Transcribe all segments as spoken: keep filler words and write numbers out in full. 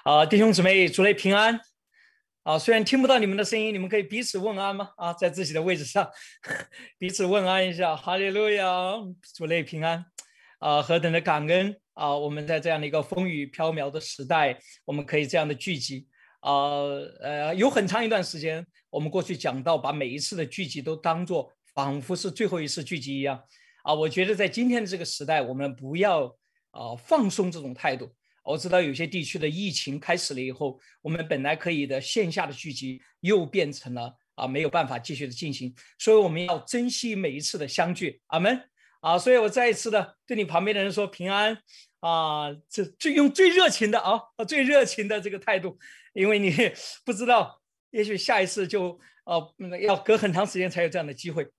啊，弟兄姊妹，主内平安啊！虽然听不到你们的声音，你们可以彼此问安吗？啊，在自己的位置上彼此问安一下，哈利路亚，主内平安啊！何等的感恩啊！我们在这样的一个风雨飘渺的时代，我们可以这样的聚集啊，呃，有很长一段时间，我们过去讲到，把每一次的聚集都当作仿佛是最后一次聚集一样啊！我觉得在今天的这个时代，我们不要啊放松这种态度。我知道有些地区的疫情开始了以后，我们本来可以的线下的聚集又变成了啊没有办法继续的进行，所以我们要珍惜每一次的相聚，阿们啊！所以我再一次的对你旁边的人说平安啊，这最用最热情的啊最热情的这个态度，因为你不知道，也许下一次就呃要隔很长时间才有这样的机会。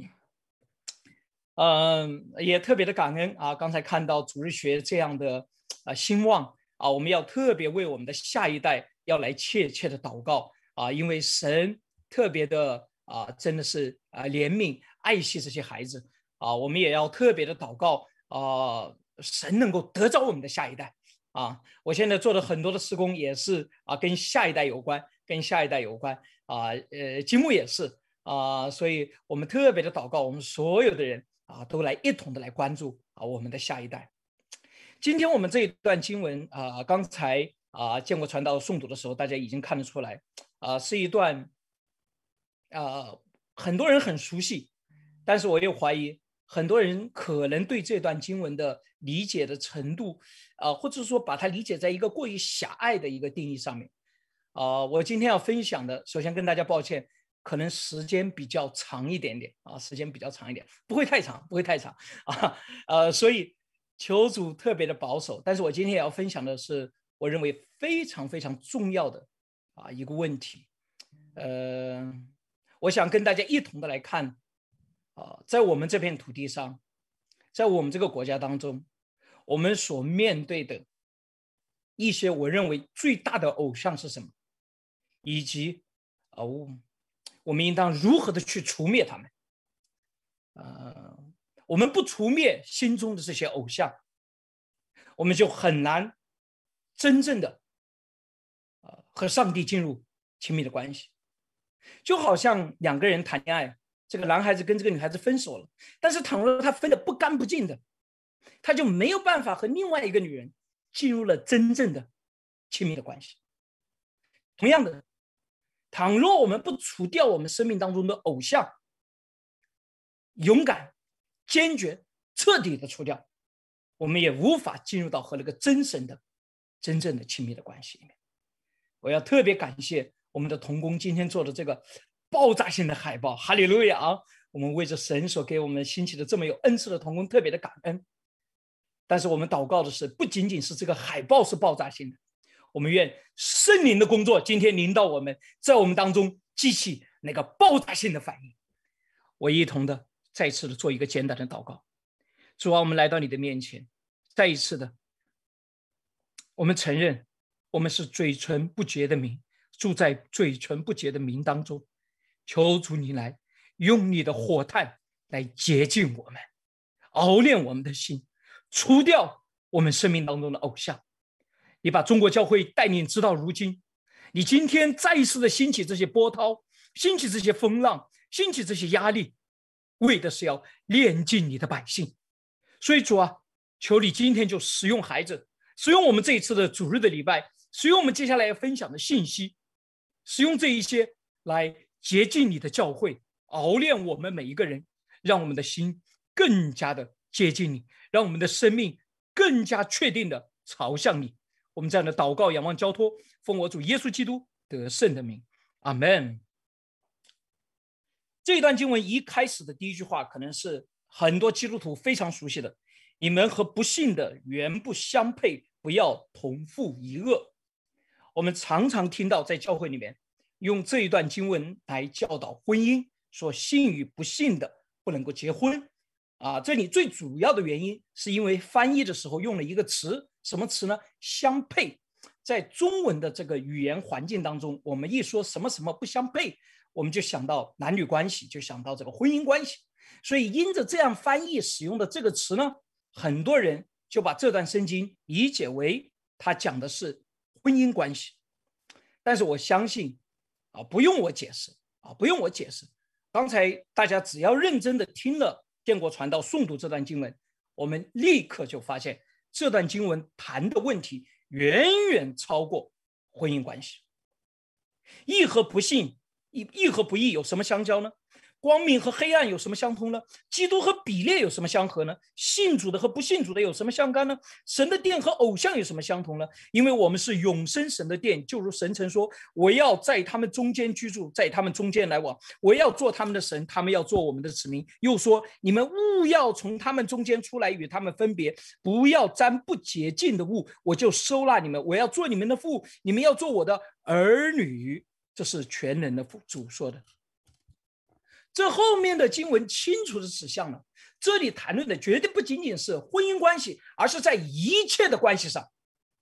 嗯，也特别的感恩啊！刚才看到主日学这样的啊兴旺啊，我们要特别为我们的下一代要来切切的祷告啊，因为神特别的啊，真的是啊怜悯爱惜这些孩子啊，我们也要特别的祷告啊，神能够得着我们的下一代啊。我现在做的很多的事工也是啊，跟下一代有关，跟下一代有关啊，呃，积木也是啊，所以我们特别的祷告，我们所有的人啊，都来一同的来关注啊我们的下一代。今天我们这一段经文啊、呃，刚才啊、呃、建国传道诵读的时候，大家已经看得出来啊、呃，是一段啊、呃、很多人很熟悉，但是我又怀疑很多人可能对这段经文的理解的程度啊、呃，或者说把它理解在一个过于狭隘的一个定义上面啊、呃。我今天要分享的，首先跟大家抱歉，可能时间比较长一点点啊，时间比较长一点，不会太长，不会太长啊，呃，所以。求主特别的保守，但是我今天也要分享的是，我认为非常非常重要的啊一个问题。呃，我想跟大家一同的来看啊，在我们这片土地上，在我们这个国家当中，我们所面对的一些我认为最大的偶像是什么，以及哦，我们应当如何的去除灭他们。呃，我们不除灭心中的这些偶像，我们就很难真正的、呃、和上帝进入亲密的关系。就好像两个人谈恋爱，这个男孩子跟这个女孩子分手了，但是倘若他分得不干不净的，他就没有办法和另外一个女人进入了真正的亲密的关系。同样的，倘若我们不除掉我们生命当中的偶像，勇敢、坚决、彻底的除掉，我们也无法进入到和那个真神的真正的亲密的关系里面。我要特别感谢我们的同工今天做的这个爆炸性的海报，哈利路亚啊！我们为着神所给我们兴起的这么有恩赐的同工特别的感恩。但是我们祷告的是，不仅仅是这个海报是爆炸性的，我们愿圣灵的工作今天临到我们，在我们当中激起那个爆炸性的反应。我一同的再一次的做一个简单的祷告。主啊，我们来到你的面前，再一次的，我们承认我们是嘴唇不洁的民，住在嘴唇不洁的民当中。求主你来用你的火炭来洁净我们，熬炼我们的心，除掉我们生命当中的偶像。你把中国教会带领直到如今，你今天再一次的兴起这些波涛，兴起这些风浪，兴起这些压力，为的是要炼净你的百姓。所以主啊，求你今天就使用孩子，使用我们这一次的主日的礼拜，使用我们接下来要分享的信息，使用这一些来洁净你的教会，熬炼我们每一个人，让我们的心更加的接近你，让我们的生命更加确定的朝向你。我们这样的祷告仰望交托，奉我主耶稣基督得胜的名，阿们。这一段经文一开始的第一句话可能是很多基督徒非常熟悉的，你们和不信的原不相配，不要同负一恶。我们常常听到在教会里面用这一段经文来教导婚姻，说信与不信的不能够结婚啊。这里最主要的原因是因为翻译的时候用了一个词，什么词呢？相配。在中文的这个语言环境当中，我们一说什么什么不相配，我们就想到男女关系，就想到这个婚姻关系。所以因着这样翻译使用的这个词呢，很多人就把这段圣经理解为他讲的是婚姻关系。但是我相信啊，不用我解释啊，不用我解释。刚才大家只要认真的听了建国传道诵读这段经文，我们立刻就发现这段经文谈的问题远远超过婚姻关系。义和不信，义和不义有什么相交呢？光明和黑暗有什么相通呢？基督和比列有什么相合呢？信主的和不信主的有什么相干呢？神的殿和偶像有什么相同呢？因为我们是永生神的殿，就如神曾说，我要在他们中间居住，在他们中间来往，我要做他们的神，他们要做我们的子民。又说，你们务要从他们中间出来，与他们分别，不要沾不洁净的物，我就收纳你们，我要做你们的父，你们要做我的儿女。这是全能的主说的。这后面的经文清楚的指向了，这里谈论的绝对不仅仅是婚姻关系，而是在一切的关系上，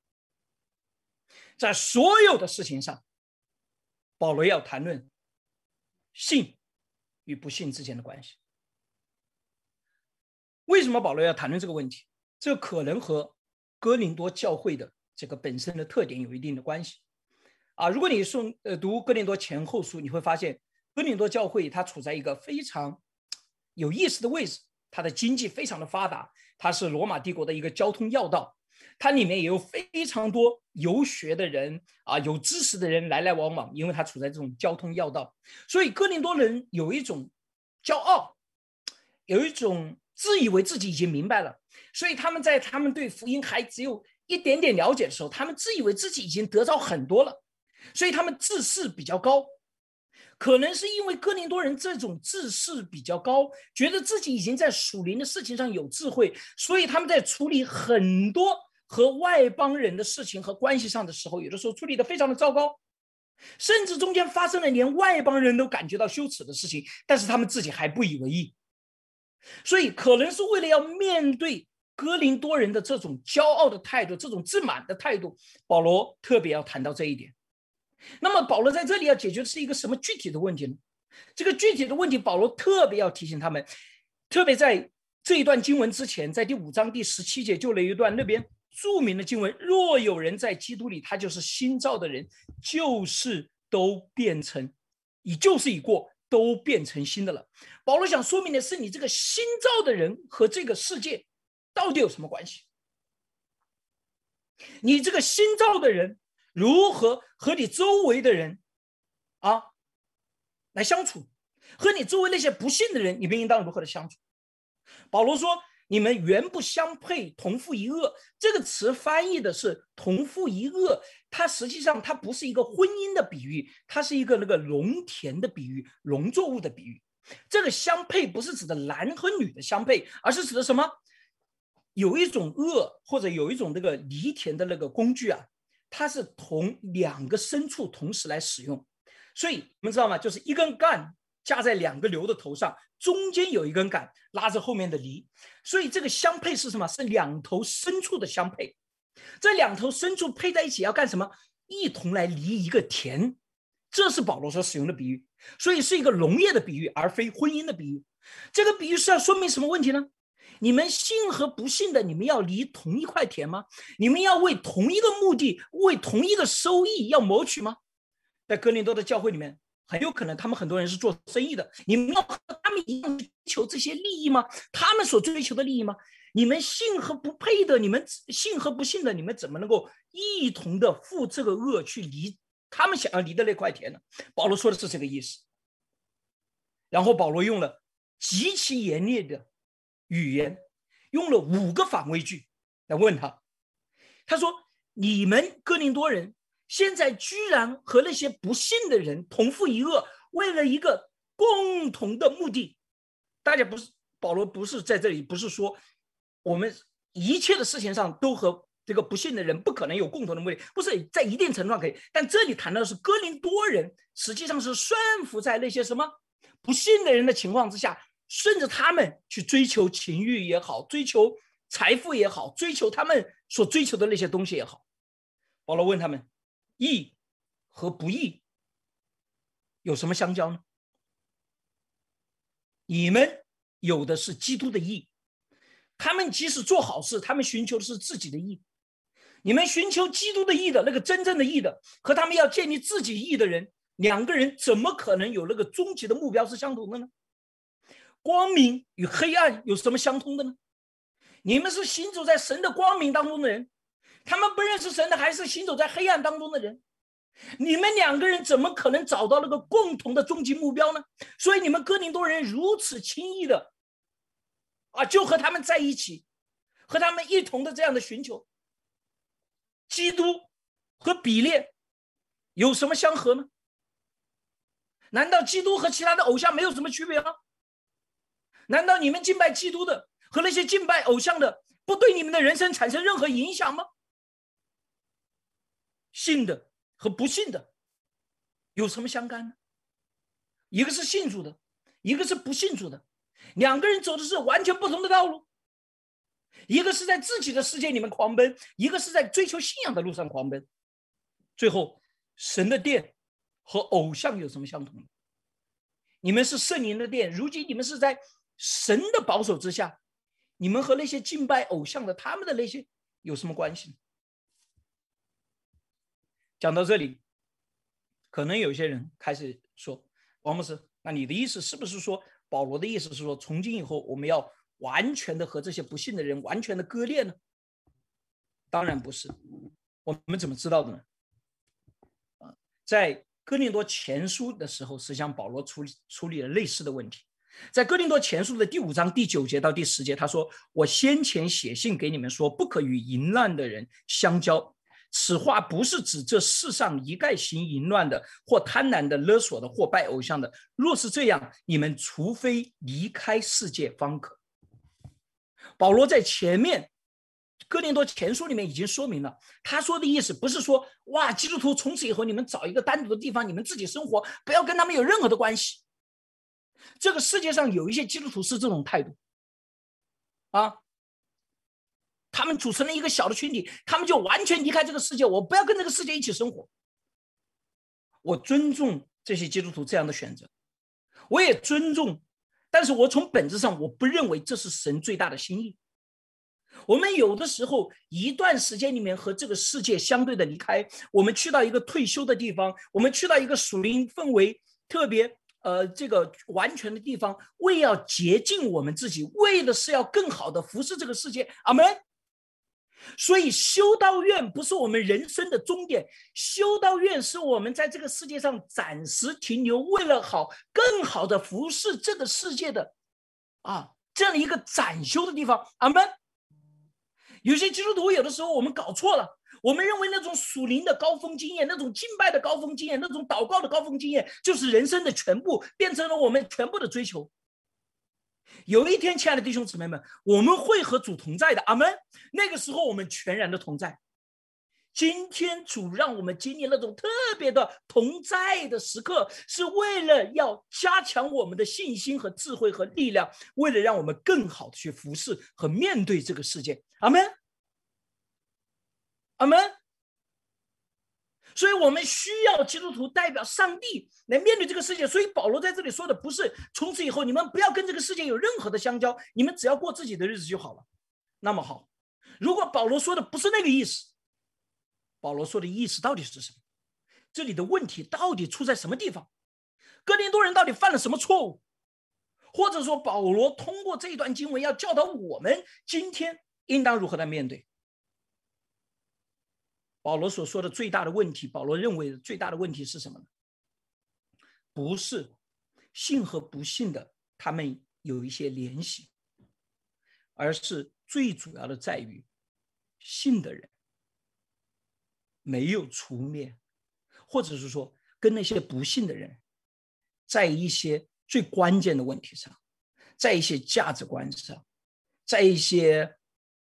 在所有的事情上，保罗要谈论信与不信之间的关系。为什么保罗要谈论这个问题？这可能和哥林多教会的这个本身的特点有一定的关系啊。如果你诵呃读哥林多前后书，你会发现哥林多教会它处在一个非常有意思的位置，它的经济非常的发达，它是罗马帝国的一个交通要道，它里面也有非常多游学的人啊，有知识的人来来往往，因为它处在这种交通要道，所以哥林多人有一种骄傲，有一种自以为自己已经明白了，所以他们在他们对福音还只有一点点了解的时候，他们自以为自己已经得到很多了，所以他们自视比较高。可能是因为哥林多人这种自视比较高，觉得自己已经在属灵的事情上有智慧，所以他们在处理很多和外邦人的事情和关系上的时候，有的时候处理得非常的糟糕，甚至中间发生了连外邦人都感觉到羞耻的事情，但是他们自己还不以为意。所以可能是为了要面对哥林多人的这种骄傲的态度，这种自满的态度，保罗特别要谈到这一点。那么保罗在这里要解决的是一个什么具体的问题呢？这个具体的问题保罗特别要提醒他们，特别在这一段经文之前，在第五章第十七节就有一段那边著名的经文，若有人在基督里，他就是新造的人，旧事都变成已旧事已过，都变成新的了。保罗想说明的是，你这个新造的人和这个世界到底有什么关系？你这个新造的人如何和你周围的人啊来相处？和你周围那些不信的人，你们应当如何的相处？保罗说：“你们原不相配，同父一轭。”这个词翻译的是“同父一轭”，它实际上它不是一个婚姻的比喻，它是一个那个农田的比喻，农作物的比喻。这个相配不是指的男和女的相配，而是指的什么？有一种轭或者有一种那个犁田的那个工具啊，它是同两个牲畜同时来使用，所以你们知道吗？就是一根杆架在两个牛的头上，中间有一根杆拉着后面的犁，所以这个相配是什么？是两头牲畜的相配。这两头牲畜配在一起要干什么？一同来犁一个田，这是保罗所使用的比喻，所以是一个农业的比喻，而非婚姻的比喻。这个比喻是要说明什么问题呢？你们信和不信的，你们要犁同一块田吗？你们要为同一个目的，为同一个收益要谋取吗？在哥林多的教会里面，很有可能他们很多人是做生意的，你们要和他们一样追求这些利益吗？他们所追求的利益吗？你们信和不配的，你们信和不信的，你们怎么能够一同的负这个恶去犁他们想要犁的那块田呢？保罗说的是这个意思。然后保罗用了极其严厉的语言，用了五个反问句来问他。他说：“你们哥林多人现在居然和那些不信的人同父一轭，为了一个共同的目的。”大家不是保罗不是在这里不是说我们一切的事情上都和这个不信的人不可能有共同的目的，不是，在一定程度上可以，但这里谈到的是哥林多人实际上是顺服在那些什么不信的人的情况之下，顺着他们去追求情欲也好，追求财富也好，追求他们所追求的那些东西也好。保罗问他们，义和不义有什么相交呢？你们有的是基督的义，他们即使做好事，他们寻求的是自己的义。 你们寻求基督的义的那个真正的义的，和他们要建立自己义的人，两个人怎么可能有那个终极的目标是相同的呢？光明与黑暗有什么相通的呢？你们是行走在神的光明当中的人，他们不认识神的还是行走在黑暗当中的人，你们两个人怎么可能找到那个共同的终极目标呢？所以你们哥林多人如此轻易的啊，就和他们在一起，和他们一同的这样的寻求。基督和比列有什么相合呢？难道基督和其他的偶像没有什么区别吗？难道你们敬拜基督的和那些敬拜偶像的不对你们的人生产生任何影响吗？信的和不信的有什么相干呢？一个是信主的，一个是不信主的，两个人走的是完全不同的道路。一个是在自己的世界里面狂奔，一个是在追求信仰的路上狂奔。最后，神的殿和偶像有什么相同的？你们是圣灵的殿，如今你们是在神的保守之下，你们和那些敬拜偶像的他们的那些有什么关系？讲到这里，可能有些人开始说，王牧师，那你的意思是不是说，保罗的意思是说，从今以后我们要完全的和这些不信的人完全的割裂呢？当然不是。我们怎么知道的呢？在哥林多前书的时候，实际上保罗处理处理了类似的问题。在哥林多前书的第五章第九节到第十节，他说：我先前写信给你们说，不可与淫乱的人相交。此话不是指这世上一概行淫乱的，或贪婪的、勒索的，或拜偶像的。若是这样，你们除非离开世界方可。保罗在前面哥林多前书里面已经说明了，他说的意思不是说，哇，基督徒从此以后你们找一个单独的地方，你们自己生活，不要跟他们有任何的关系。这个世界上有一些基督徒是这种态度啊，他们组成了一个小的群体，他们就完全离开这个世界，我不要跟这个世界一起生活。我尊重这些基督徒这样的选择，我也尊重，但是我从本质上我不认为这是神最大的心意。我们有的时候一段时间里面和这个世界相对的离开，我们去到一个退休的地方，我们去到一个属灵氛围特别呃这个完全的地方，为要洁净我们自己，为的是要更好的服侍这个世界。阿们。所以修道院不是我们人生的终点，修道院是我们在这个世界上暂时停留，为了好更好的服侍这个世界的啊这样的一个暂休的地方。阿们。有些基督徒有的时候我们搞错了，我们认为那种属灵的高峰经验，那种敬拜的高峰经验，那种祷告的高峰经验就是人生的全部，变成了我们全部的追求。有一天，亲爱的弟兄姊妹们，我们会和主同在的，阿们。那个时候我们全然的同在。今天主让我们经历那种特别的同在的时刻，是为了要加强我们的信心和智慧和力量，为了让我们更好的去服侍和面对这个世界。阿们，阿们。所以我们需要基督徒代表上帝来面对这个世界。所以保罗在这里说的不是从此以后你们不要跟这个世界有任何的相交，你们只要过自己的日子就好了。那么好，如果保罗说的不是那个意思，保罗说的意思到底是什么？这里的问题到底出在什么地方？哥林多人到底犯了什么错误？或者说保罗通过这一段经文要教导我们今天应当如何来面对？保罗所说的最大的问题，保罗认为最大的问题是什么呢？不是信和不信的他们有一些联系，而是最主要的在于信的人没有除灭，或者是说跟那些不信的人在一些最关键的问题上，在一些价值观上，在一些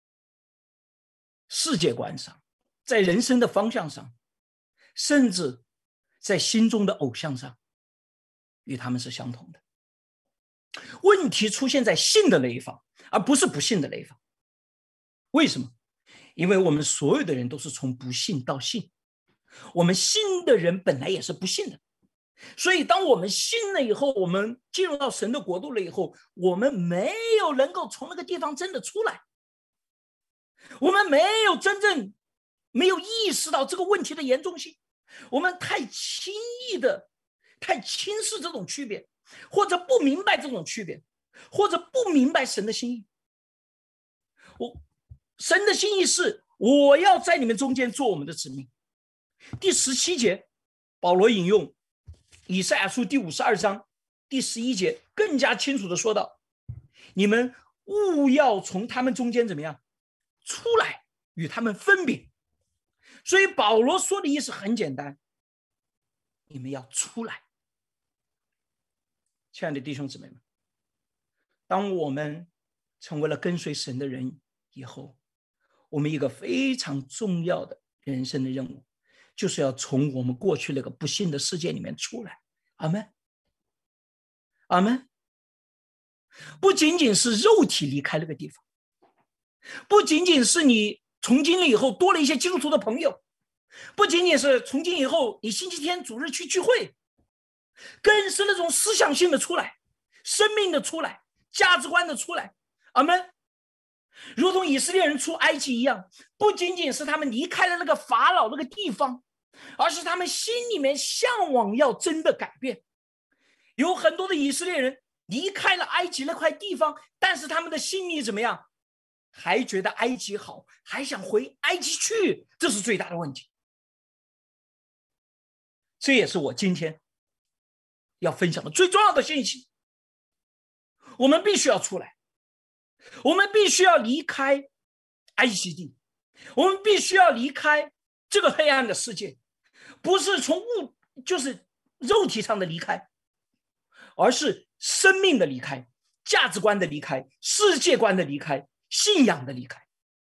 世界观上，在人生的方向上，甚至在心中的偶像上，与他们是相同的。问题出现在信的那一方，而不是不信的那一方。为什么？因为我们所有的人都是从不信到信，我们信的人本来也是不信的，所以当我们信了以后，我们进入到神的国度了以后，我们没有能够从那个地方真的出来，我们没有真正没有意识到这个问题的严重性，我们太轻易的、太轻视这种区别，或者不明白这种区别，或者不明白神的心意。我神的心意是，我要在你们中间做我们的子民。第十七节，保罗引用以赛亚书第五十二章第十一节，更加清楚的说道：你们务要从他们中间怎么样出来，与他们分别。所以保罗说的意思很简单，你们要出来。亲爱的弟兄姊妹们，当我们成为了跟随神的人以后，我们一个非常重要的人生的任务，就是要从我们过去那个不幸的世界里面出来。阿们，阿们。不仅仅是肉体离开那个地方，不仅仅是你从今了以后多了一些基督徒的朋友，不仅仅是从今以后你星期天主日去聚会，更是那种思想性的出来，生命的出来，价值观的出来。阿们。如同以色列人出埃及一样，不仅仅是他们离开了那个法老那个地方，而是他们心里面向往要真的改变。有很多的以色列人离开了埃及那块地方，但是他们的心里怎么样？还觉得埃及好，还想回埃及去，这是最大的问题。这也是我今天要分享的最重要的信息。我们必须要出来，我们必须要离开埃及地，我们必须要离开这个黑暗的世界，不是从物就是肉体上的离开，而是生命的离开，价值观的离开，世界观的离开，信仰的离开。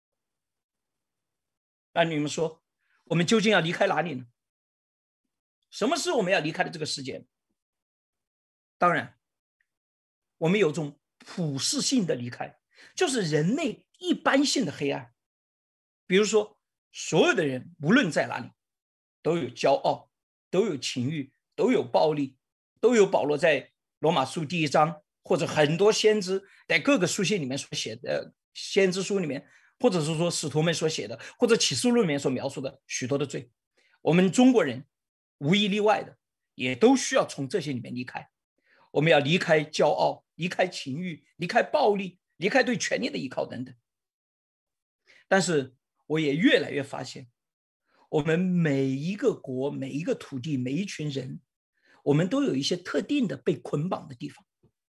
那你们说，我们究竟要离开哪里呢？什么是我们要离开的这个世界？当然，我们有种普世性的离开，就是人类一般性的黑暗。比如说，所有的人无论在哪里，都有骄傲，都有情欲，都有暴力，都有保罗在罗马书第一章，或者很多先知在各个书信里面所写的先知书里面，或者是说使徒们所写的，或者启示录里面所描述的许多的罪。我们中国人无一例外的，也都需要从这些里面离开。我们要离开骄傲，离开情欲，离开暴力，离开对权力的依靠等等。但是我也越来越发现，我们每一个国、每一个土地、每一群人，我们都有一些特定的被捆绑的地方。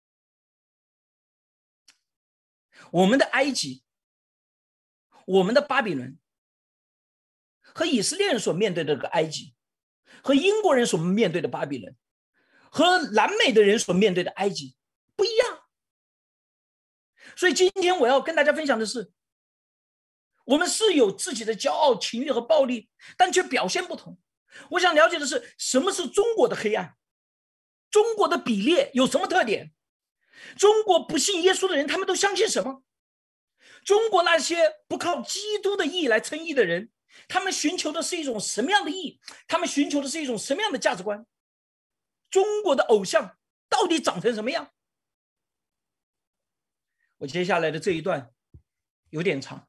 我们的埃及，我们的巴比伦，和以色列人所面对的这个埃及，和英国人所面对的巴比伦，和南美的人所面对的埃及不一样。所以今天我要跟大家分享的是，我们是有自己的骄傲、情欲和暴力，但却表现不同。我想了解的是，什么是中国的黑暗？中国的比列有什么特点？中国不信耶稣的人，他们都相信什么？中国那些不靠基督的义来称义的人，他们寻求的是一种什么样的义？他们寻求的是一种什么样的价值观？中国的偶像到底长成什么样？我接下来的这一段有点长，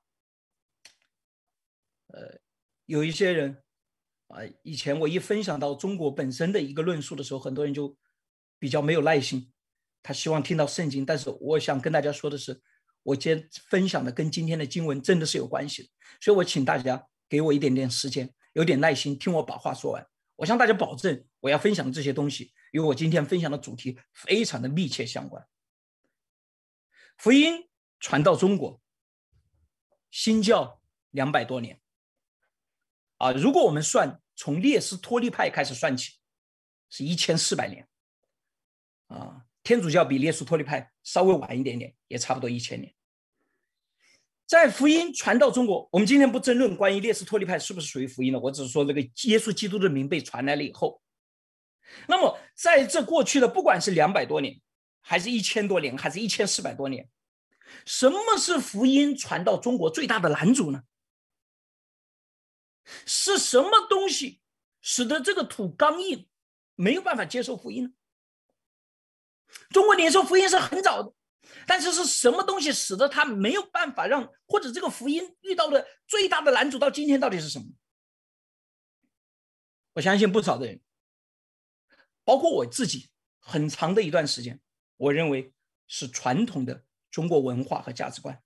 呃，有一些人啊、呃，以前我一分享到中国本身的一个论述的时候，很多人就比较没有耐心，他希望听到圣经。但是我想跟大家说的是，我今天分享的跟今天的经文真的是有关系的，所以我请大家给我一点点时间，有点耐心，听我把话说完。我向大家保证，我要分享的这些东西与我今天分享的主题非常的密切相关。福音传到中国，新教两百多年啊，如果我们算从列斯托利派开始算起，是一千四百年啊。天主教比列斯托利派稍微晚一点点，也差不多一千年。在福音传到中国，我们今天不争论关于列斯托利派是不是属于福音的，我只是说这个耶稣基督的名被传来了以后，那么在这过去的不管是两百多年，还是一千多年，还是一千四百多年，什么是福音传到中国最大的拦阻呢？是什么东西使得这个土刚硬，没有办法接受福音呢？中国领受福音是很早的，但是是什么东西使得他没有办法让，或者这个福音遇到的最大的拦阻到今天到底是什么？ 我相信不少的人，包括我自己，很长的一段时间，我认为是传统的中国文化和价值观。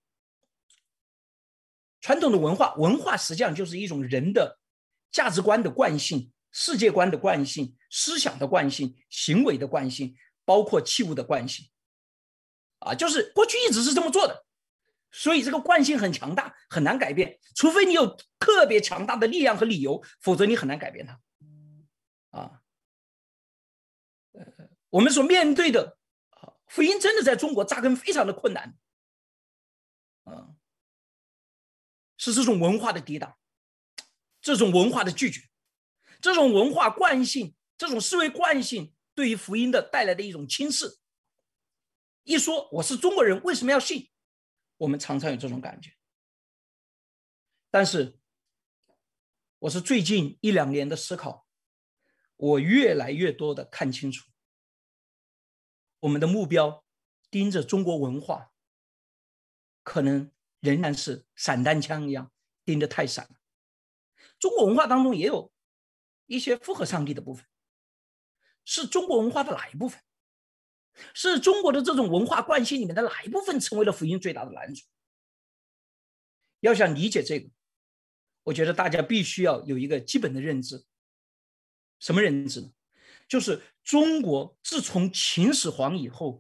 传统的文化，文化实际上就是一种人的价值观的惯性、世界观的惯性、思想的惯性、行为的惯性，包括器物的惯性。啊，就是过去一直是这么做的，所以这个惯性很强大，很难改变，除非你有特别强大的力量和理由，否则你很难改变它。啊，呃，我们所面对的福音真的在中国扎根非常的困难。啊，是这种文化的抵挡，这种文化的拒绝，这种文化惯性，这种思维惯性对于福音的带来的一种轻视。一说我是中国人，为什么要信？我们常常有这种感觉。但是我是最近一两年的思考，我越来越多的看清楚，我们的目标盯着中国文化，可能仍然是散弹枪一样盯得太散了。中国文化当中也有一些符合上帝的部分，是中国文化的哪一部分？是中国的这种文化惯性里面的哪一部分成为了福音最大的拦阻？要想理解这个，我觉得大家必须要有一个基本的认知。什么认知呢？就是中国自从秦始皇以后，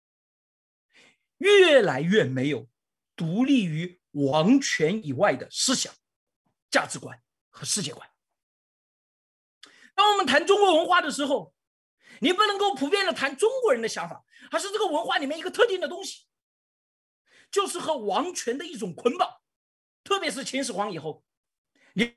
越来越没有独立于王权以外的思想、价值观和世界观。当我们谈中国文化的时候，你不能够普遍的谈中国人的想法，而是这个文化里面一个特定的东西，就是和王权的一种捆绑。特别是秦始皇以后，你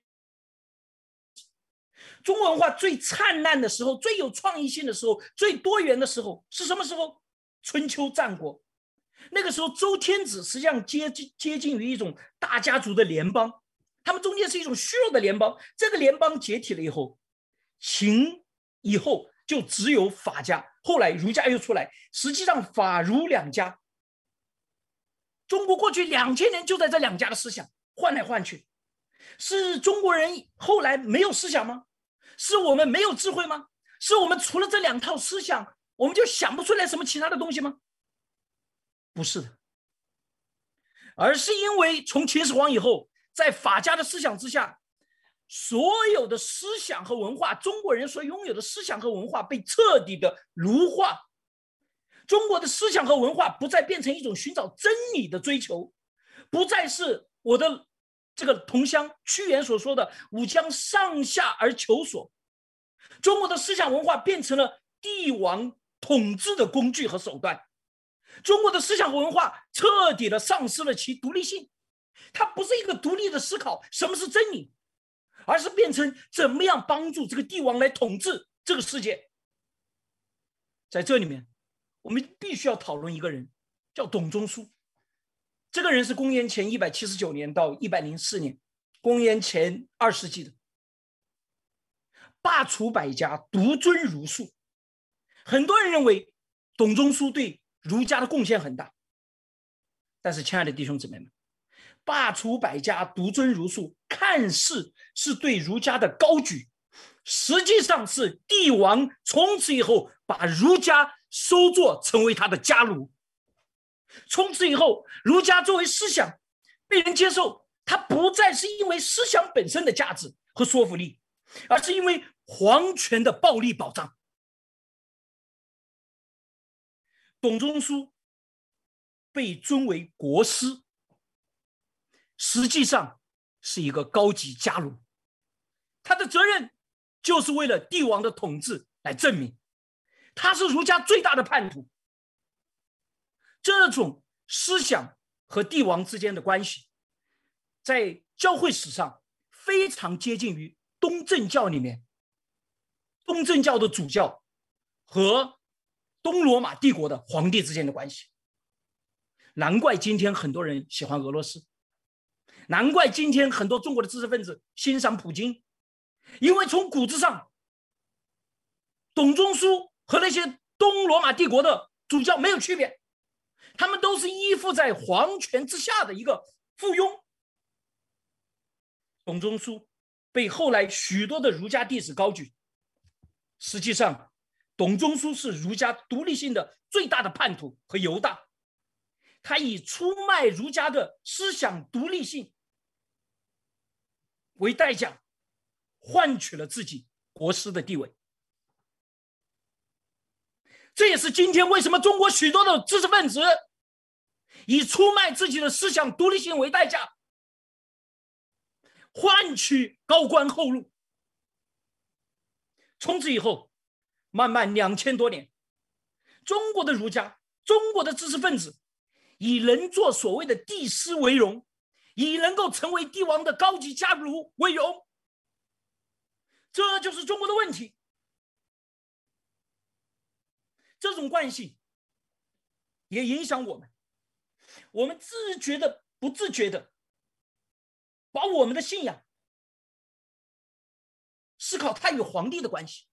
中国文化最灿烂的时候，最有创意性的时候，最多元的时候是什么时候？春秋战国。那个时候周天子实际上接接近于一种大家族的联邦，他们中间是一种虚弱的联邦。这个联邦解体了以后，秦以后就只有法家，后来儒家又出来，实际上法儒两家，中国过去两千年就在这两家的思想换来换去。是中国人后来没有思想吗？是我们没有智慧吗？是我们除了这两套思想，我们就想不出来什么其他的东西吗？不是的，而是因为从秦始皇以后，在法家的思想之下，所有的思想和文化，中国人所拥有的思想和文化被彻底的儒化。中国的思想和文化不再变成一种寻找真理的追求，不再是我的这个同乡屈原所说的吾将上下而求索。中国的思想文化变成了帝王统治的工具和手段。中国的思想和文化彻底的丧失了其独立性，它不是一个独立的思考什么是真理，而是变成怎么样帮助这个帝王来统治这个世界。在这里面我们必须要讨论一个人，叫董仲舒。这个人是公元前一百七十九年到一百零四年，公元前二世纪的，罢黜百家，独尊儒术。很多人认为董仲舒对儒家的贡献很大，但是亲爱的弟兄姊妹们，罢黜百家，独尊儒术，看似是对儒家的高举，实际上是帝王从此以后把儒家收作成为他的家奴。从此以后，儒家作为思想被人接受，它不再是因为思想本身的价值和说服力，而是因为皇权的暴力保障。董仲舒被尊为国师，实际上是一个高级家奴，他的责任就是为了帝王的统治来证明他是儒家最大的叛徒。这种思想和帝王之间的关系，在教会史上非常接近于东正教里面东正教的主教和东罗马帝国的皇帝之间的关系。难怪今天很多人喜欢俄罗斯，难怪今天很多中国的知识分子欣赏普京，因为从骨子上，董仲舒和那些东罗马帝国的主教没有区别，他们都是依附在皇权之下的一个附庸。董仲舒被后来许多的儒家弟子高举。实际上，董仲舒是儒家独立性的最大的叛徒和犹大，他以出卖儒家的思想独立性为代价，换取了自己国师的地位。这也是今天为什么中国许多的知识分子以出卖自己的思想独立性为代价，换取高官厚禄。从此以后，慢慢两千多年，中国的儒家，中国的知识分子以能做所谓的帝师为荣，以能够成为帝王的高级家奴为荣。这就是中国的问题。这种惯性也影响我们，我们自觉的不自觉的把我们的信仰思考它与皇帝的关系。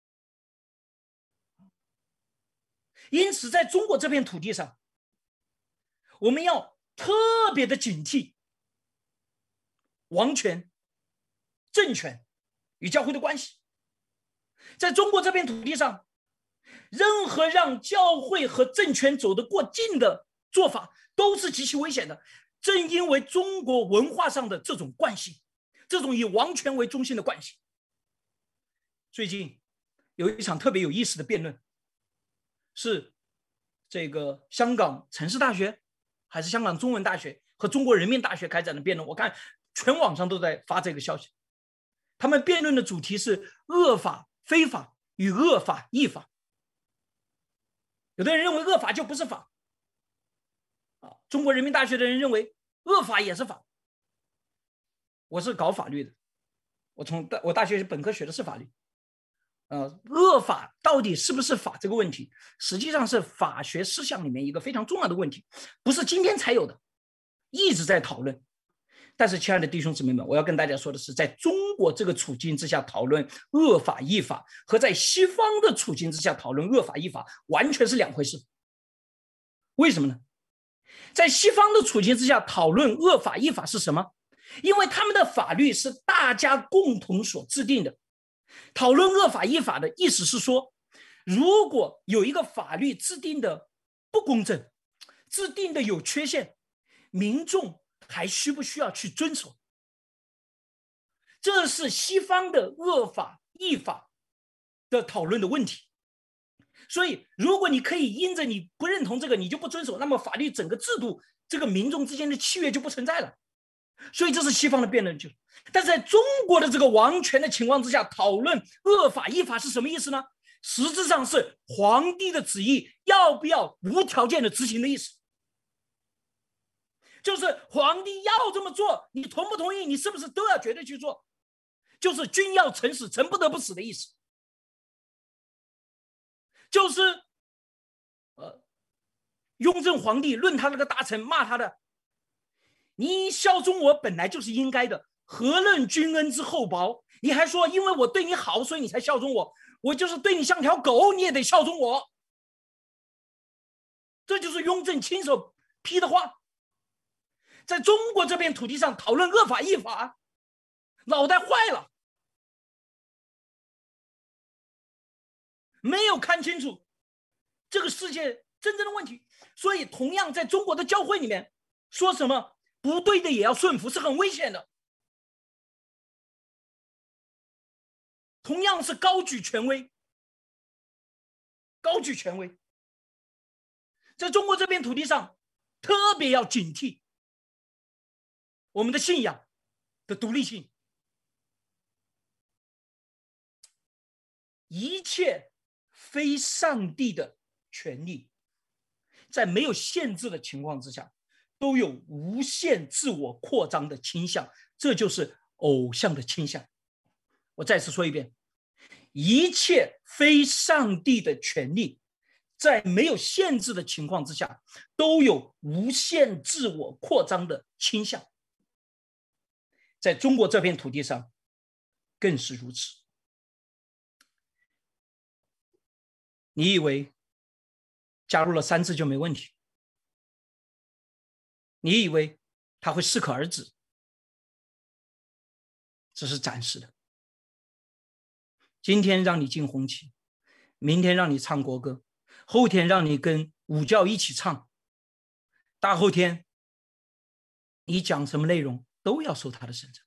因此在中国这片土地上，我们要特别的警惕王权、政权与教会的关系。在中国这片土地上，任何让教会和政权走得过近的做法都是极其危险的。正因为中国文化上的这种惯性，这种以王权为中心的惯性，最近有一场特别有意思的辩论，是这个香港城市大学还是香港中文大学和中国人民大学开展的辩论。我看全网上都在发这个消息。他们辩论的主题是恶法、非法与恶法、异法。有的人认为恶法就不是法，啊，中国人民大学的人认为恶法也是法。我是搞法律的，我从我大学本科学的是法律。呃，恶法到底是不是法这个问题，实际上是法学思想里面一个非常重要的问题，不是今天才有的，一直在讨论。但是亲爱的弟兄姊妹们，我要跟大家说的是，在中国这个处境之下讨论恶法异法，和在西方的处境之下讨论恶法异法完全是两回事。为什么呢？在西方的处境之下讨论恶法异法是什么？因为他们的法律是大家共同所制定的。讨论恶法异法的意思是说，如果有一个法律制定的不公正，制定的有缺陷，民众还需不需要去遵守？这是西方的恶法异法的讨论的问题。所以如果你可以因着你不认同这个你就不遵守，那么法律整个制度这个民众之间的契约就不存在了。所以这是西方的辩论。但是在中国的这个王权的情况之下讨论恶法异法是什么意思呢？实质上是皇帝的旨意要不要无条件的执行的意思。就是皇帝要这么做，你同不同意，你是不是都要绝对去做，就是君要臣死，臣不得不死的意思。就是呃，雍正皇帝论他那个大臣骂他的，你效忠我本来就是应该的，何论君恩之厚薄，你还说因为我对你好所以你才效忠我，我就是对你像条狗你也得效忠我。这就是雍正亲手批的话。在中国这片土地上讨论恶法异法，脑袋坏了，没有看清楚这个世界真正的问题。所以同样在中国的教会里面说什么不对的也要顺服是很危险的。同样是高举权威，高举权威，在中国这片土地上特别要警惕我们的信仰的独立性。一切非上帝的权利，在没有限制的情况之下，都有无限自我扩张的倾向，这就是偶像的倾向。我再次说一遍，一切非上帝的权利，在没有限制的情况之下，都有无限自我扩张的倾向。在中国这片土地上更是如此。你以为加入了三自就没问题？你以为他会适可而止？ 这是暂时的。今天让你进红旗，明天让你唱国歌，后天让你跟午觉一起唱，大后天你讲什么内容都要受他的审查。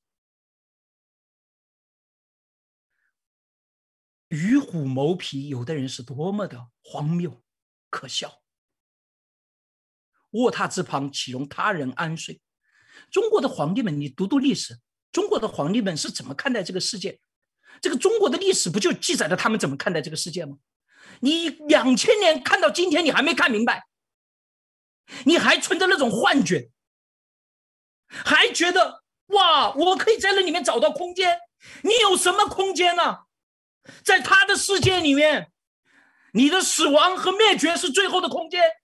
与虎谋皮，有的人是多么的荒谬可笑。卧榻之旁，岂容他人安睡？中国的皇帝们，你读读历史，中国的皇帝们是怎么看待这个世界？这个中国的历史不就记载了他们怎么看待这个世界吗？你两千年看到今天，你还没看明白，你还存着那种幻觉，还觉得哇，我可以在那里面找到空间。你有什么空间呢？在他的世界里面，你的死亡和灭绝是最后的空间。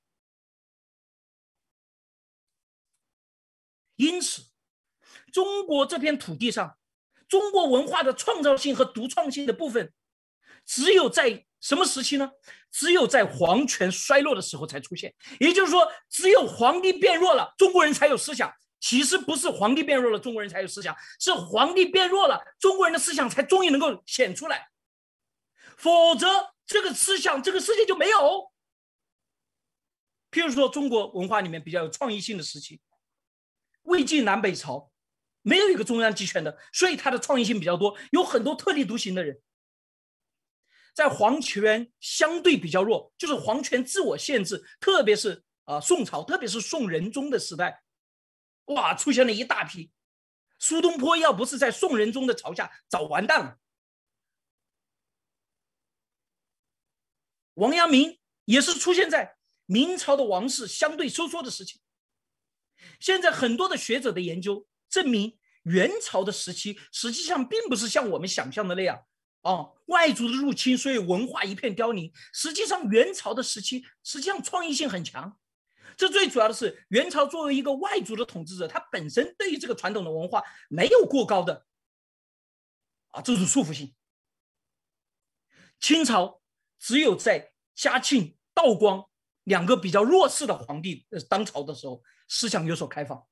因此，中国这片土地上，中国文化的创造性和独创性的部分，只有在什么时期呢？只有在皇权衰落的时候才出现。也就是说，只有皇帝变弱了，中国人才有思想。其实不是皇帝变弱了，中国人才有思想，是皇帝变弱了，中国人的思想才终于能够显出来。否则，这个思想，这个世界就没有。譬如说，中国文化里面比较有创意性的时期，魏晋南北朝没有一个中央集权的，所以它的创意性比较多，有很多特立独行的人。在皇权相对比较弱，就是皇权自我限制，特别是、呃、宋朝，特别是宋仁宗的时代，哇，出现了一大批。苏东坡要不是在宋仁宗的朝下，早完蛋了。王阳明也是出现在明朝的王室相对收缩的时期。现在很多的学者的研究证明，元朝的时期实际上并不是像我们想象的那样，哦，外族的入侵，所以文化一片凋零。实际上，元朝的时期实际上创意性很强。这最主要的是，元朝作为一个外族的统治者，他本身对于这个传统的文化没有过高的啊这种束缚性。清朝只有在嘉庆、道光两个比较弱势的皇帝当朝的时候，思想有所开放。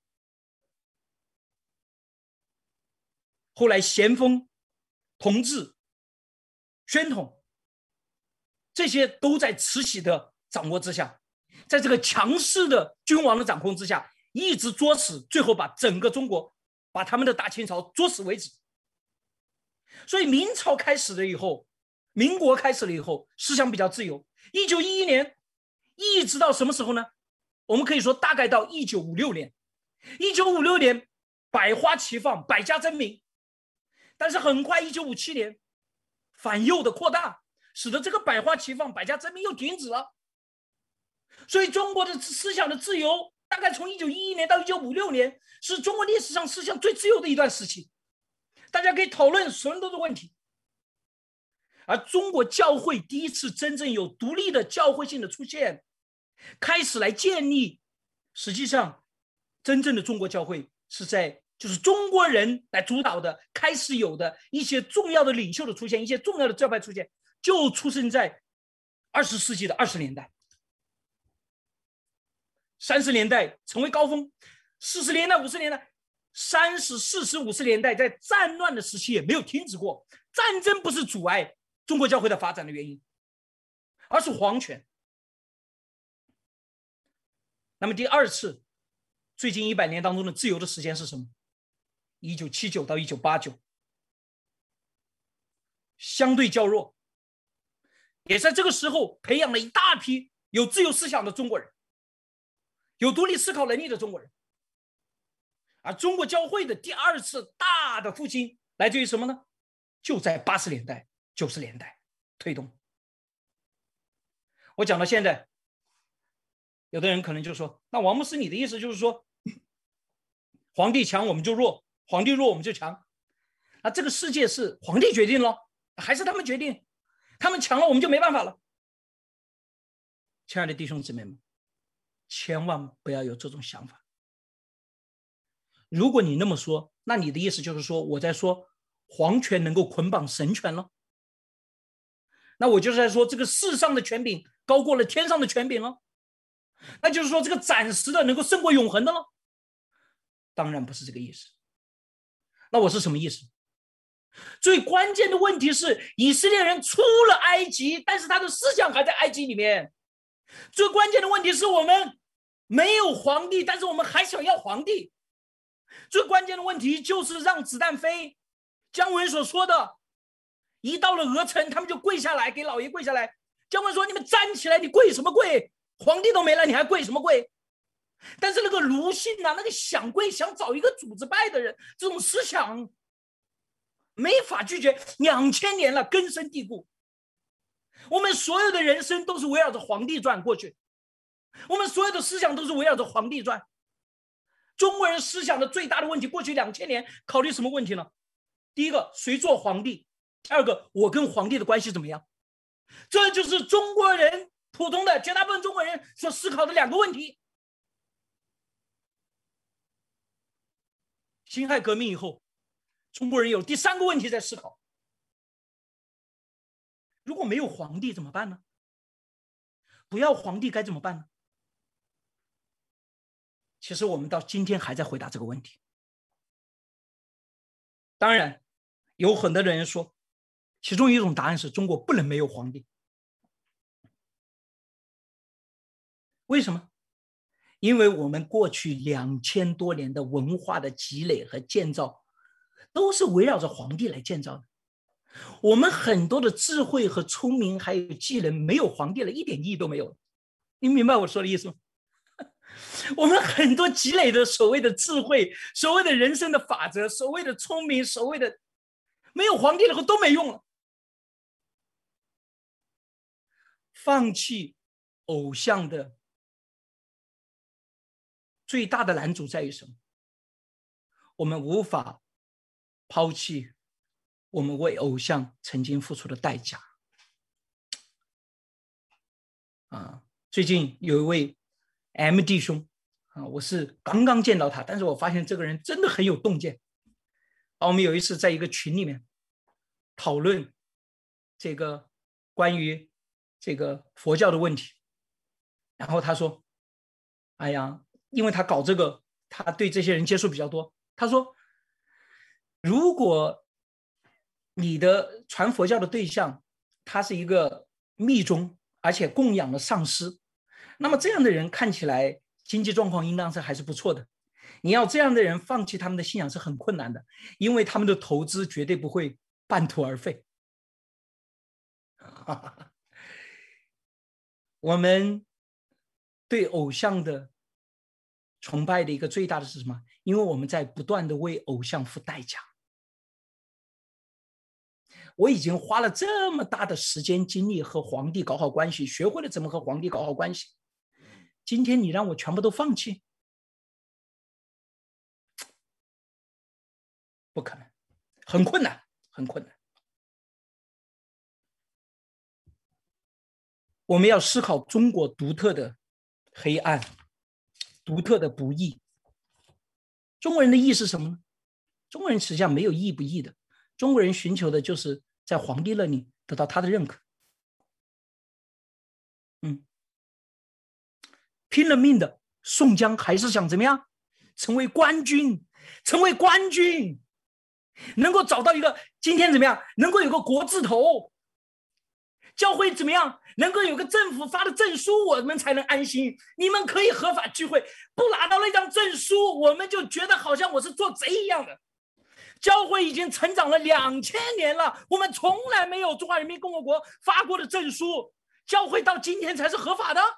后来咸丰、同治、宣统，这些都在慈禧的掌握之下，在这个强势的君王的掌控之下，一直作死，最后把整个中国，把他们的大清朝作死为止。所以明朝开始了以后，民国开始了以后，思想比较自由。一九一一年一直到什么时候呢？我们可以说大概到一九五六年。一九五六年百花齐放，百家争鸣。但是很快一九五七年反右的扩大，使得这个百花齐放，百家争鸣又停止了。所以中国的思想的自由大概从一九一一年到一九五六年，是中国历史上思想最自由的一段时期，大家可以讨论所有的问题。而中国教会第一次真正有独立的教会性的出现，开始来建立，实际上真正的中国教会是在就是中国人来主导的，开始有的一些重要的领袖的出现，一些重要的教派出现，就出生在二十世纪的二十年代。三十年代成为高峰，四十年代、五十年代，三十、四十、五十年代在战乱的时期也没有停止过。战争不是阻碍中国教会的发展的原因，而是皇权。那么第二次最近一百年当中的自由的时间是什么？一九七九到一九八九，相对较弱，也在这个时候培养了一大批有自由思想的中国人，有独立思考能力的中国人。而中国教会的第二次大的复兴来自于什么呢？就在八十年代、九十年代推动。我讲到现在，有的人可能就说，那王牧师你的意思就是说，皇帝强我们就弱，皇帝弱我们就强，那这个世界是皇帝决定了还是他们决定？他们强了我们就没办法了。亲爱的弟兄姊妹们，千万不要有这种想法。如果你那么说，那你的意思就是说我在说皇权能够捆绑神权了，那我就是在说这个世上的权柄高过了天上的权柄了，那就是说这个暂时的能够胜过永恒的了。当然不是这个意思。那我是什么意思？ 最关键的问题是，以色列人出了埃及，但是他的思想还在埃及里面。最关键的问题是我们没有皇帝，但是我们还想要皇帝。最关键的问题就是让子弹飞。姜文所说的，一到了鹅城，他们就跪下来，给老爷跪下来。姜文说：“你们站起来，你跪什么跪？皇帝都没了，你还跪什么跪？”但是那个卢信啊，那个想跪、想找一个主子拜的人，这种思想没法拒绝，两千年了，根深蒂固。我们所有的人生都是围绕着皇帝转过去，我们所有的思想都是围绕着皇帝转。中国人思想的最大的问题，过去两千年考虑什么问题呢？第一个，谁做皇帝？第二个，我跟皇帝的关系怎么样？这就是中国人普通的绝大部分中国人所思考的两个问题。辛亥革命以后，中国人有第三个问题在思考：如果没有皇帝怎么办呢？不要皇帝该怎么办呢？其实我们到今天还在回答这个问题。当然，有很多人说，其中一种答案是中国不能没有皇帝。为什么？因为我们过去两千多年的文化的积累和建造，都是围绕着皇帝来建造的。我们很多的智慧和聪明还有技能，没有皇帝了，一点意义都没有。你明白我说的意思吗？我们很多积累的所谓的智慧，所谓的人生的法则，所谓的聪明，所谓的没有皇帝了后都没用了。放弃偶像的最大的难处在于什么？我们无法抛弃我们为偶像曾经付出的代价。啊，最近有一位 M 弟兄啊，我是刚刚见到他，但是我发现这个人真的很有洞见。啊，我们有一次在一个群里面讨论这个关于这个佛教的问题，然后他说：“哎呀，因为他搞这个，他对这些人接触比较多。他说，如果你的传佛教的对象他是一个密宗，而且供养了上师，那么这样的人看起来经济状况应当是还是不错的。你要这样的人放弃他们的信仰是很困难的，因为他们的投资绝对不会半途而废。”我们对偶像的崇拜的一个最大的是什么？因为我们在不断的为偶像付代价。我已经花了这么大的时间精力和皇帝搞好关系，学会了怎么和皇帝搞好关系，今天你让我全部都放弃，不可能，很困难，很困难。我们要思考中国独特的黑暗，独特的不义。中国人的义是什么呢？中国人实际上没有义不义的，中国人寻求的就是在皇帝那里得到他的认可。嗯，拼了命的宋江还是想怎么样？成为官军，成为官军，能够找到一个今天怎么样？能够有个国字头。教会怎么样？能够有个政府发的证书，我们才能安心。你们可以合法聚会，不拿到那张证书，我们就觉得好像我是做贼一样的。教会已经成长了两千年了，我们从来没有中华人民共和国发过的证书，教会到今天才是合法的。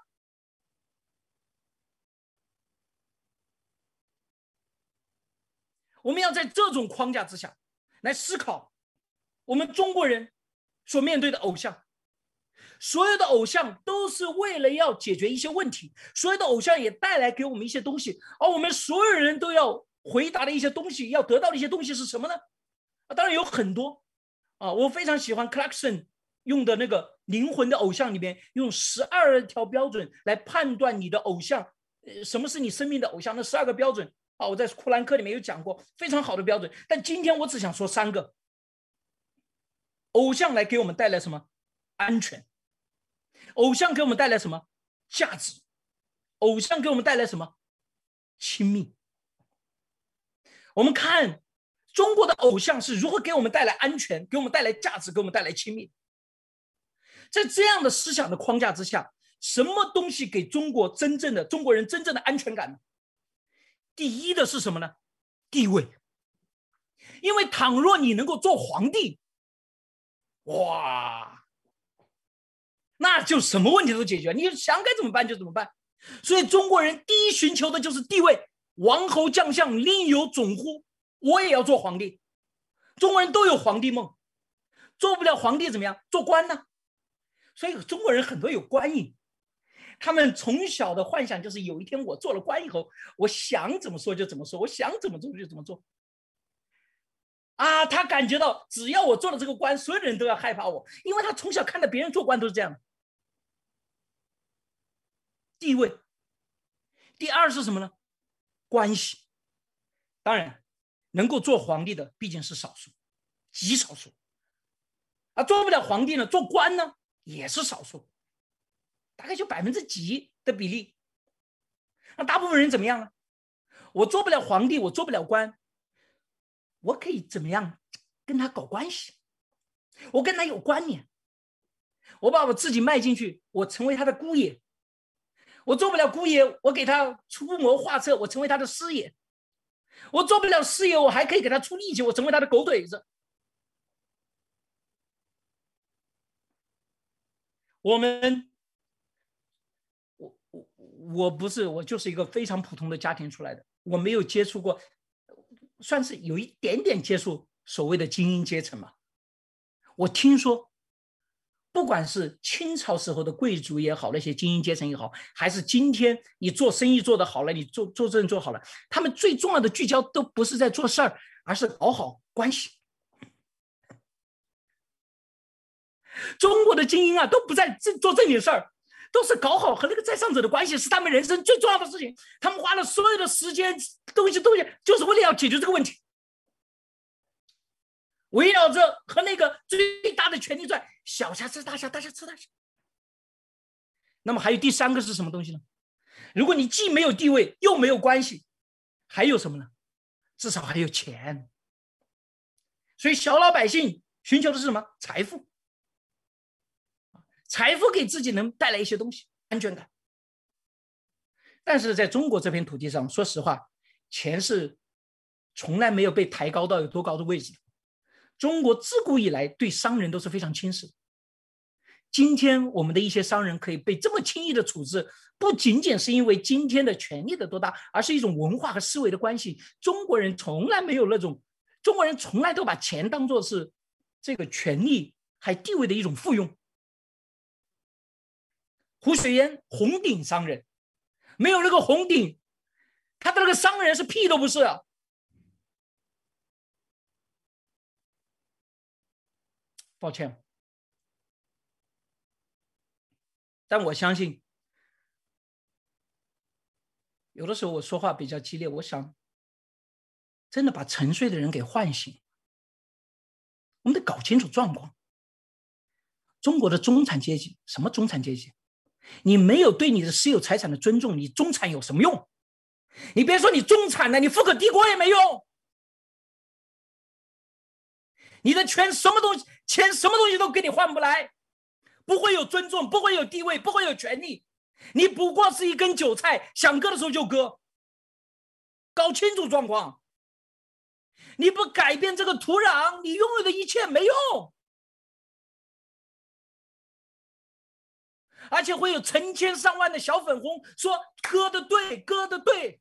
我们要在这种框架之下来思考我们中国人所面对的偶像。所有的偶像都是为了要解决一些问题，所有的偶像也带来给我们一些东西，而我们所有人都要回答的一些东西，要得到的一些东西是什么呢？啊，当然有很多啊，我非常喜欢 Clarkson 用的那个灵魂的偶像里面，用十二条标准来判断你的偶像，呃，什么是你生命的偶像？那十二个标准啊，我在库兰克里面有讲过，非常好的标准。但今天我只想说三个。偶像来给我们带来什么？安全。偶像给我们带来什么？价值。偶像给我们带来什么？亲密。我们看中国的偶像是如何给我们带来安全，给我们带来价值，给我们带来亲密。在这样的思想的框架之下，什么东西给中国真正的中国人真正的安全感呢？第一的是什么呢？地位。因为倘若你能够做皇帝，哇，那就什么问题都解决，你想该怎么办就怎么办。所以中国人第一寻求的就是地位，王侯将相另有种乎，我也要做皇帝。中国人都有皇帝梦，做不了皇帝怎么样？做官呢？所以中国人很多有官瘾，他们从小的幻想就是有一天我做了官以后，我想怎么说就怎么说，我想怎么做就怎么做。啊，他感觉到只要我做了这个官，所有的人都要害怕我，因为他从小看到别人做官都是这样的。地位。第二是什么呢？关系。当然，能够做皇帝的毕竟是少数，极少数。啊，做不了皇帝呢，做官呢也是少数，大概就百分之几的比例。那大部分人怎么样呢？我做不了皇帝，我做不了官，我可以怎么样跟他搞关系？我跟他有关联，我把我自己卖进去，我成为他的姑爷。我做不了姑爷，我给他出谋划策，我成为他的师爷。我做不了师爷，我还可以给他出力气，我成为他的狗腿子。我们，我我我不是，我就是一个非常普通的家庭出来的，我没有接触过，算是有一点点接触所谓的精英阶层嘛。我听说，不管是清朝时候的贵族也好，那些精英阶层也好，还是今天你做生意做得好了，你做做政做好了，他们最重要的聚焦都不是在做事儿，而是搞好关系。中国的精英啊，都不在做这点事儿，都是搞好和那个在上者的关系，是他们人生最重要的事情。他们花了所有的时间、东西、东西，就是为了要解决这个问题。围绕着和那个最大的权力转，小家吃大小，大家吃大小。那么还有第三个是什么东西呢？如果你既没有地位又没有关系，还有什么呢？至少还有钱。所以小老百姓寻求的是什么？财富。财富给自己能带来一些东西，安全感。但是在中国这片土地上，说实话，钱是从来没有被抬高到有多高的位置的。中国自古以来对商人都是非常轻视。今天我们的一些商人可以被这么轻易的处置，不仅仅是因为今天的权力的多大，而是一种文化和思维的关系。中国人从来没有那种，中国人从来都把钱当作是这个权力还地位的一种附庸。胡雪岩红顶商人，没有那个红顶，他的那个商人是屁都不是啊。抱歉，但我相信，有的时候我说话比较激烈，我想真的把沉睡的人给唤醒。我们得搞清楚状况。中国的中产阶级，什么中产阶级？你没有对你的私有财产的尊重，你中产有什么用？你别说你中产了，你富可敌国也没用。你的权什么东西，钱什么东西都给你换不来，不会有尊重，不会有地位，不会有权利。你不过是一根韭菜，想割的时候就割。搞清楚状况。你不改变这个土壤，你拥有的一切没用。而且会有成千上万的小粉红说割的对，割的对。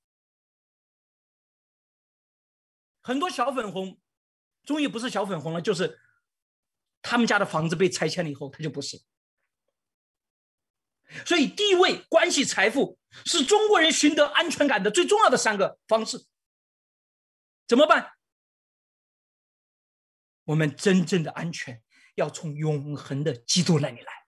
很多小粉红终于不是小粉红了，就是他们家的房子被拆迁了以后，他就不是。所以地位、关系、财富是中国人寻得安全感的最重要的三个方式。怎么办？我们真正的安全要从永恒的基督那里来。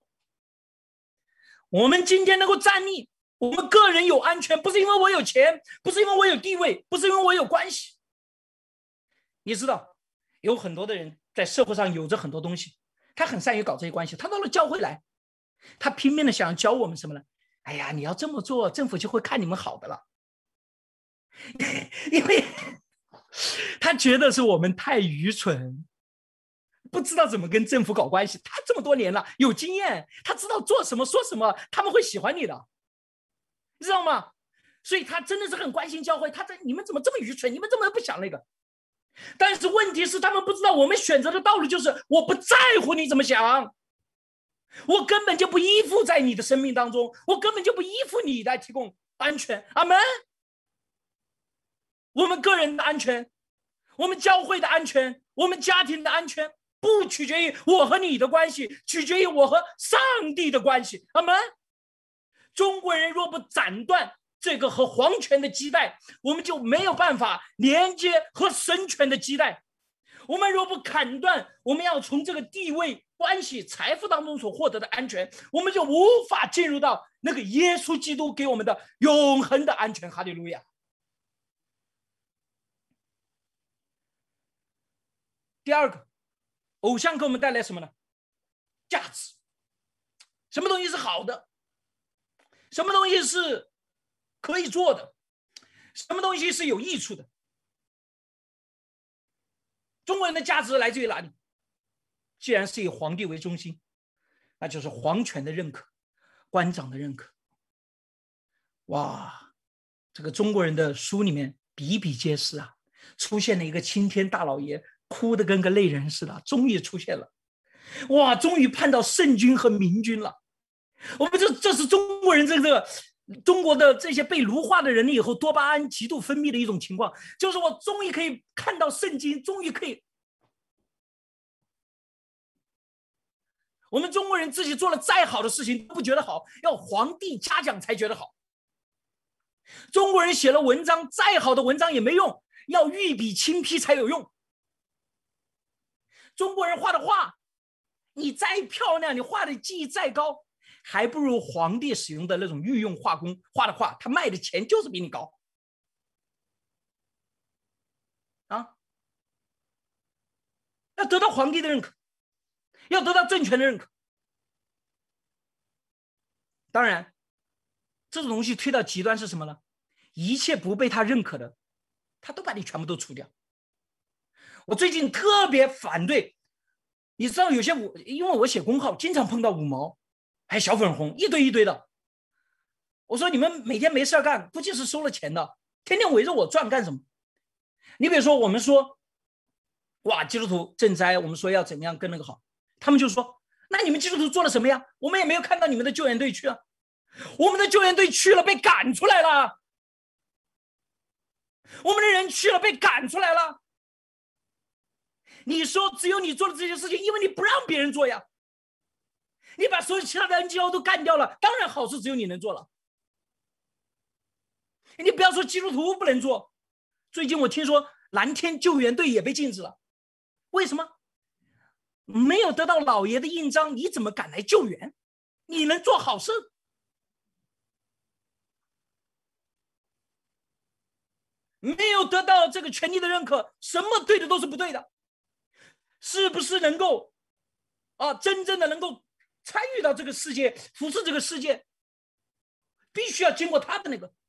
我们今天能够站立，我们个人有安全，不是因为我有钱，不是因为我有地位，不是因为我有关系。你知道，有很多的人在社会上有着很多东西，他很善于搞这些关系，他到了教会来，他拼命的想要教我们什么呢？哎呀，你要这么做，政府就会看你们好的了。因为他觉得是我们太愚蠢，不知道怎么跟政府搞关系。他这么多年了，有经验，他知道做什么说什么，他们会喜欢你的，你知道吗？所以他真的是很关心教会。他在你们怎么这么愚蠢？你们怎么不想那个？但是问题是，他们不知道我们选择的道路就是我不在乎你怎么想，我根本就不依附在你的生命当中，我根本就不依附你来提供安全。阿们。我们个人的安全，我们教会的安全，我们家庭的安全，不取决于我和你的关系，取决于我和上帝的关系。阿们。中国人若不斩断这个和皇权的基带，我们就没有办法连接和神权的基带。我们若不砍断我们要从这个地位、关系、财富当中所获得的安全，我们就无法进入到那个耶稣基督给我们的永恒的安全。哈利路亚。第二个，偶像给我们带来什么呢？价值。什么东西是好的？什么东西是可以做的？什么东西是有益处的？中国人的价值来自于哪里？既然是以皇帝为中心，那就是皇权的认可，官长的认可。哇，这个中国人的书里面比比皆是啊，出现了一个青天大老爷，哭得跟个泪人似的，终于出现了。哇，终于盼到圣君和明君了。我们这这是中国人这个中国的这些被奴化的人以后多巴胺极度分泌的一种情况，就是我终于可以看到圣经，终于可以。我们中国人自己做了再好的事情都不觉得好，要皇帝嘉奖才觉得好。中国人写了文章，再好的文章也没用，要御笔亲批才有用。中国人画的画，你再漂亮，你画的技艺再高，还不如皇帝使用的那种御用画工画的画，他卖的钱就是比你高啊！要得到皇帝的认可，要得到政权的认可。当然，这种东西推到极端是什么呢？一切不被他认可的，他都把你全部都除掉。我最近特别反对，你知道有些五，因为我写公号，经常碰到五毛，还有小粉红，一堆一堆的。我说你们每天没事干，估计是收了钱的，天天围着我转干什么？你比如说，我们说，哇，基督徒赈灾，我们说要怎么样跟那个好，他们就说，那你们基督徒做了什么呀？我们也没有看到你们的救援队去啊，我们的救援队去了，被赶出来了，我们的人去了，被赶出来了。你说只有你做了这些事情，因为你不让别人做呀，你把所有其他的 N G O 都干掉了，当然好事只有你能做了。你不要说基督徒不能做，最近我听说蓝天救援队也被禁止了，为什么？没有得到老爷的印章，你怎么敢来救援？你能做好事？没有得到这个权利的认可，什么对的都是不对的。是不是能够啊，真正的能够参与到这个世界，服侍这个世界，必须要经过他的那个。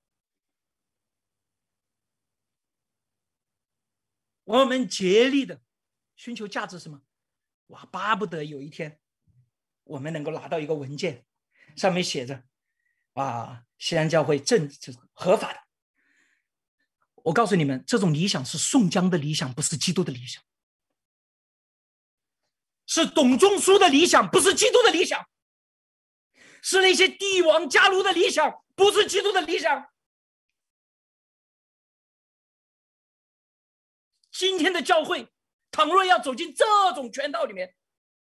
我们竭力的寻求价值什么？哇，巴不得有一天我们能够拿到一个文件，上面写着啊，西安教会正合法的。我告诉你们，这种理想是宋江的理想，不是基督的理想。是董仲舒的理想，不是基督的理想；是那些帝王家奴的理想，不是基督的理想。今天的教会，倘若要走进这种圈套里面，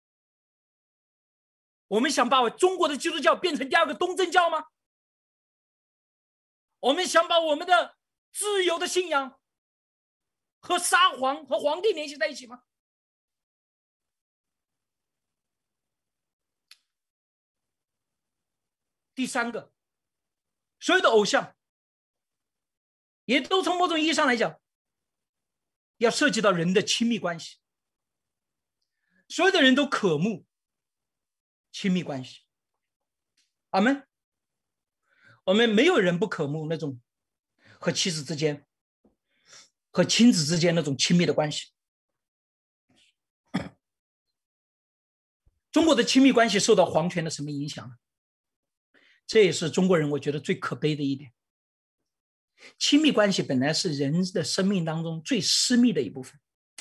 我们想把中国的基督教变成第二个东正教吗？我们想把我们的自由的信仰和沙皇和皇帝联系在一起吗？第三个，所有的偶像也都从某种意义上来讲要涉及到人的亲密关系，所有的人都渴慕亲密关系。阿们。我们没有人不渴慕那种和妻子之间、 和亲子之间那种亲密的关系。中国的亲密关系受到皇权的什么影响呢？这也是中国人我觉得最可悲的一点。亲密关系本来是人的生命当中最私密的一部分，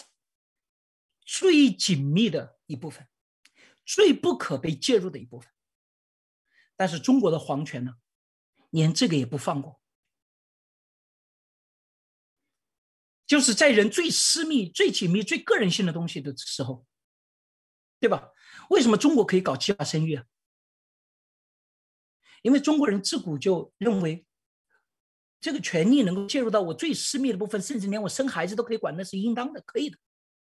最紧密的一部分，最不可被介入的一部分。但是中国的皇权呢，连这个也不放过，就是在人最私密、最紧密、最个人性的东西的时候，对吧？为什么中国可以搞计划生育啊？因为中国人自古就认为这个权利能够介入到我最私密的部分，甚至连我生孩子都可以管，那是应当的，可以的。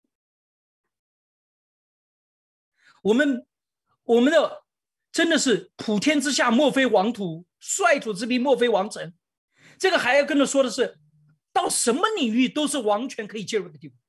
我们我们的真的是普天之下莫非王土，率土之滨莫非王臣。这个还要跟着说的是，到什么领域都是王权可以介入的地步。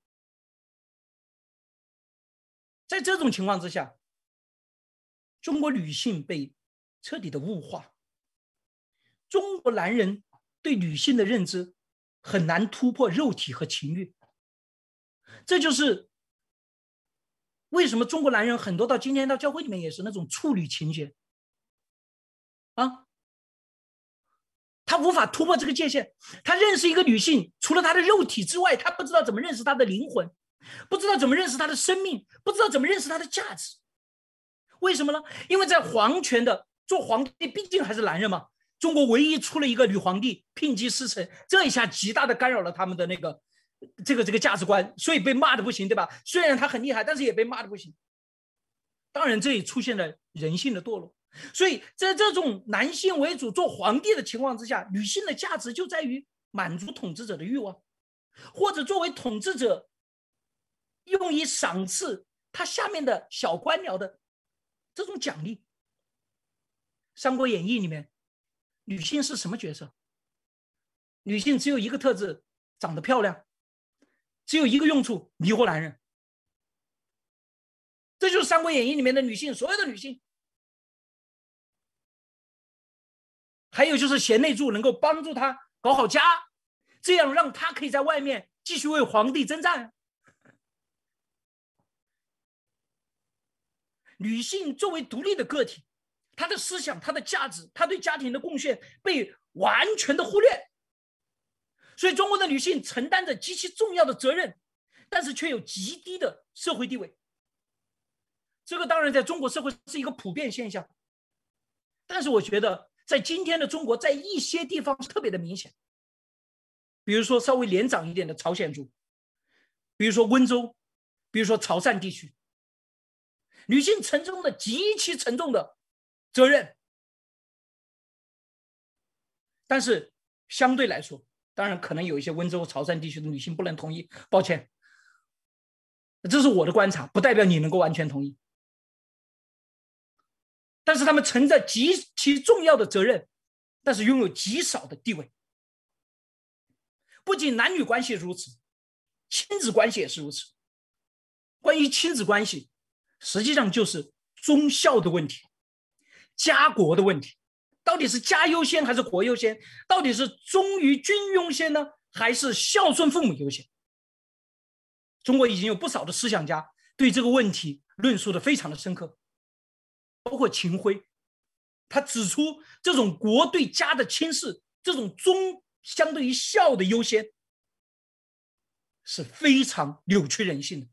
在这种情况之下，中国女性被彻底的物化，中国男人对女性的认知很难突破肉体和情欲。这就是为什么中国男人很多到今天到教会里面也是那种处女情节啊，他无法突破这个界限。他认识一个女性，除了他的肉体之外，他不知道怎么认识他的灵魂，不知道怎么认识他的生命，不知道怎么认识他的价值。为什么呢？因为在皇权的做皇帝毕竟还是男人嘛，中国唯一出了一个女皇帝，聘姬司晨，这一下极大的干扰了他们的那个这个这个价值观，所以被骂的不行，对吧？虽然他很厉害，但是也被骂的不行。当然这里出现了人性的堕落，所以在这种男性为主做皇帝的情况之下，女性的价值就在于满足统治者的欲望，或者作为统治者用以赏赐他下面的小官僚的这种奖励。三国演义里面女性是什么角色？女性只有一个特质，长得漂亮，只有一个用处，迷惑男人。这就是三国演义里面的女性，所有的女性。还有就是贤内助，能够帮助她搞好家，这样让她可以在外面继续为皇帝征战。女性作为独立的个体，她的思想、她的价值、她对家庭的贡献被完全的忽略。所以中国的女性承担着极其重要的责任，但是却有极低的社会地位。这个当然在中国社会是一个普遍现象，但是我觉得在今天的中国，在一些地方特别的明显。比如说稍微年长一点的朝鲜族，比如说温州，比如说潮汕地区，女性承重了极其沉重的责任。但是相对来说，当然可能有一些温州、潮汕地区的女性不能同意，抱歉，这是我的观察，不代表你能够完全同意。但是他们承着极其重要的责任，但是拥有极少的地位。不仅男女关系如此，亲子关系也是如此。关于亲子关系，实际上就是忠孝的问题，家国的问题。到底是家优先还是国优先？到底是忠于君优先呢，还是孝顺父母优先？中国已经有不少的思想家对这个问题论述的非常的深刻，包括秦晖，他指出这种国对家的轻视，这种忠相对于孝的优先，是非常扭曲人性的。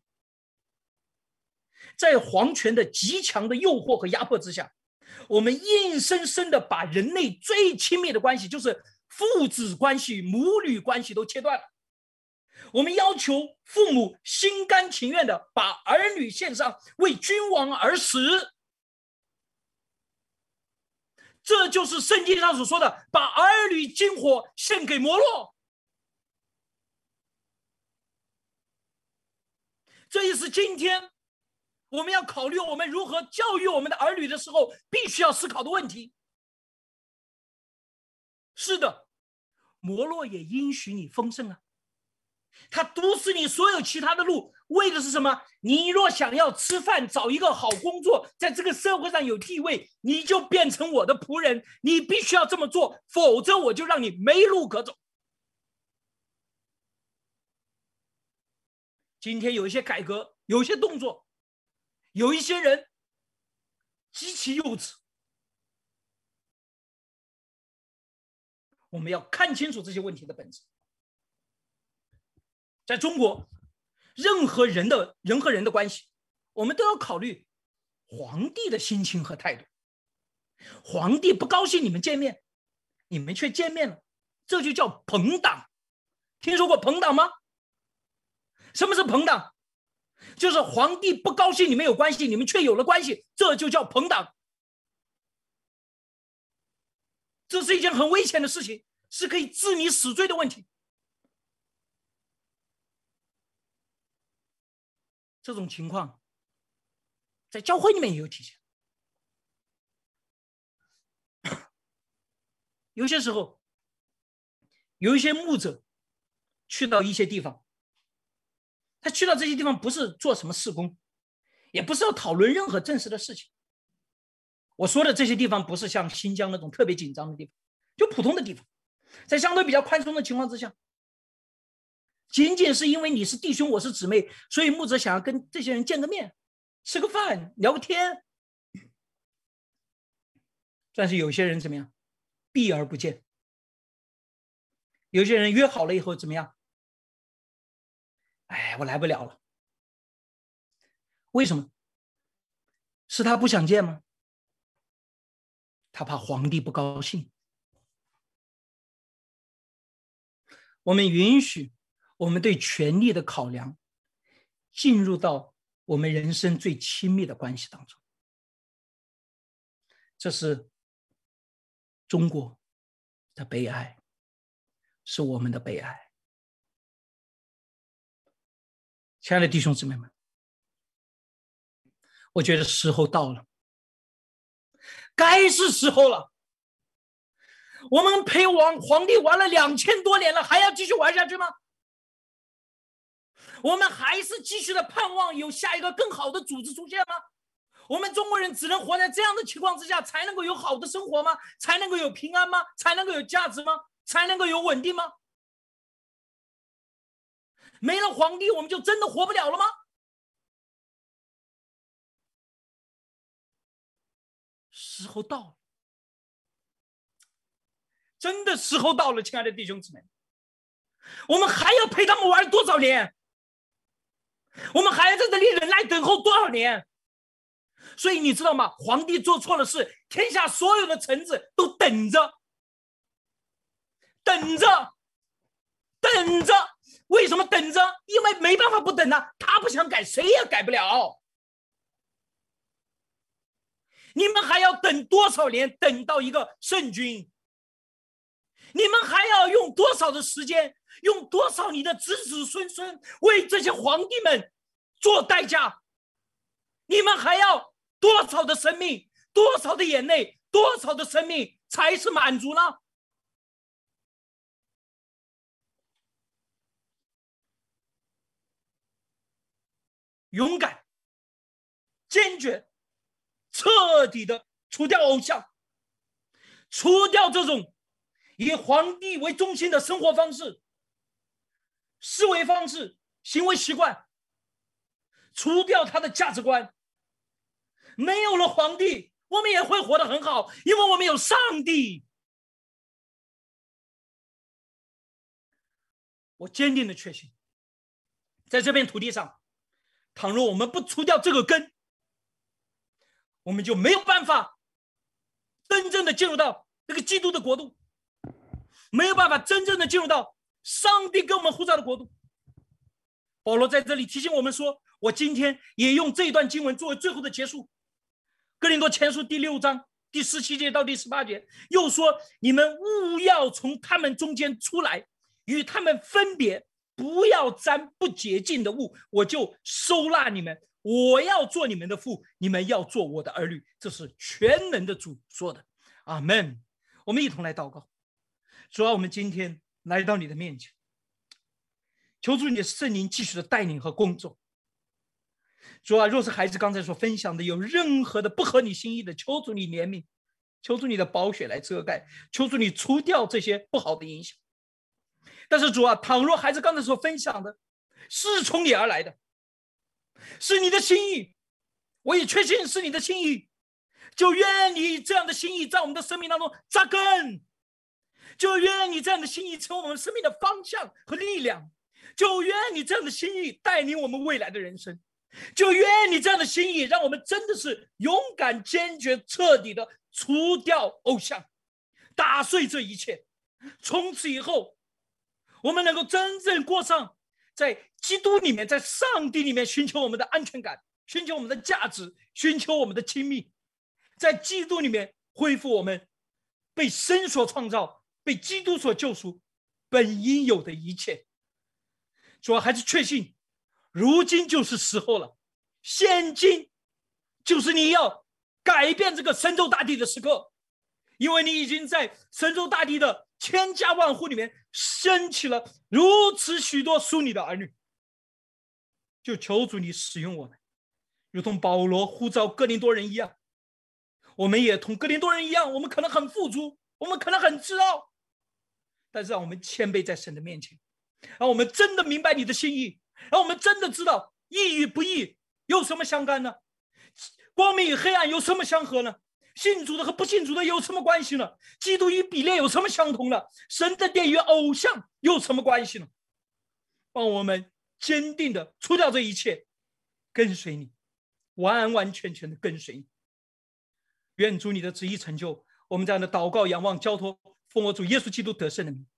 在皇权的极强的诱惑和压迫之下，我们硬生生的把人类最亲密的关系，就是父子关系、母女关系都切断了。我们要求父母心甘情愿的把儿女献上，为君王而死。这就是圣经上所说的把儿女金火献给摩洛。这也是今天我们要考虑我们如何教育我们的儿女的时候必须要思考的问题。是的，摩洛也应许你丰盛啊，他堵死你所有其他的路，为的是什么？你若想要吃饭，找一个好工作，在这个社会上有地位，你就变成我的仆人，你必须要这么做，否则我就让你没路可走。 今天有一些改革，有一些动作，有一些人极其幼稚。我们要看清楚这些问题的本质。在中国，任何人的人和人的关系，我们都要考虑皇帝的心情和态度。皇帝不高兴你们见面，你们却见面了，这就叫朋党。听说过朋党吗？什么是朋党？就是皇帝不高兴你们有关系，你们却有了关系，这就叫朋党。这是一件很危险的事情，是可以治你死罪的问题。这种情况在教会里面也有体现。有些时候有一些牧者去到一些地方，他去到这些地方不是做什么事工，也不是要讨论任何正式的事情。我说的这些地方不是像新疆那种特别紧张的地方，就普通的地方，在相对比较宽松的情况之下，仅仅是因为你是弟兄我是姊妹，所以牧者想要跟这些人见个面，吃个饭聊个天。但是有些人怎么样，避而不见。有些人约好了以后怎么样，哎，我来不了了。为什么？是他不想见吗？他怕皇帝不高兴。我们允许我们对权力的考量进入到我们人生最亲密的关系当中，这是中国的悲哀，是我们的悲哀。亲爱的弟兄姊妹们，我觉得时候到了，该是时候了。我们陪王皇帝玩了两千多年了，还要继续玩下去吗？我们还是继续的盼望有下一个更好的组织出现吗？我们中国人只能活在这样的情况之下，才能够有好的生活吗？才能够有平安吗？才能够有价值吗？才能够有稳定吗？没了皇帝，我们就真的活不了了吗？时候到了，真的时候到了，亲爱的弟兄姊妹，我们还要陪他们玩多少年？我们还要在这里忍耐等候多少年？所以你知道吗？皇帝做错了事，天下所有的臣子都等着，等着，等着。为什么等着？因为没办法不等啊，他不想改，谁也改不了。你们还要等多少年？等到一个圣君？你们还要用多少的时间？用多少你的子子孙孙为这些皇帝们做代价？你们还要多少的生命？多少的眼泪？多少的生命才是满足呢？勇敢、坚决、彻底的除掉偶像，除掉这种以皇帝为中心的生活方式、思维方式、行为习惯，除掉他的价值观。没有了皇帝，我们也会活得很好，因为我们有上帝。我坚定的确信，在这片土地上，倘若我们不除掉这个根，我们就没有办法真正的进入到这个基督的国度，没有办法真正的进入到上帝给我们呼召的国度。保罗在这里提醒我们说，我今天也用这一段经文作为最后的结束。哥林多前书第六章第十七节到第十八节，又说，你们务要从他们中间出来，与他们分别，不要沾不洁净的物，我就收纳你们。我要做你们的父，你们要做我的儿女。这是全能的主说的。阿们。我们一同来祷告。主啊，我们今天来到你的面前，求主你的圣灵继续的带领和工作。主啊，若是孩子刚才所分享的有任何的不合你心意的，求主你怜悯，求主你的宝血来遮盖，求主你除掉这些不好的影响。但是主啊，倘若孩子刚才所分享的是从你而来的，是你的心意，我也确信是你的心意。就愿你这样的心意在我们的生命当中扎根，就愿你这样的心意成为我们生命的方向和力量，就愿你这样的心意带领我们未来的人生，就愿你这样的心意让我们真的是勇敢坚决彻底的除掉偶像，打碎这一切。从此以后我们能够真正过上在基督里面，在上帝里面寻求我们的安全感，寻求我们的价值，寻求我们的亲密，在基督里面恢复我们被神所创造，被基督所救赎本应有的一切。主要还是确信如今就是时候了，现今就是你要改变这个神州大地的时刻，因为你已经在神州大地的千家万户里面升起了如此许多属你的儿女。就求主你使用我们，如同保罗呼召哥林多人一样，我们也同哥林多人一样，我们可能很富足，我们可能很自傲，但是让我们谦卑在神的面前，让我们真的明白你的心意，让我们真的知道义与不义有什么相干呢？光明与黑暗有什么相合呢？信主的和不信主的有什么关系呢？基督与比列有什么相同呢？神的殿与偶像有什么关系呢？帮我们坚定的除掉这一切，跟随你，完完全全的跟随你。愿主你的旨意成就。我们这样的祷告仰望交托，奉我主耶稣基督得胜的名，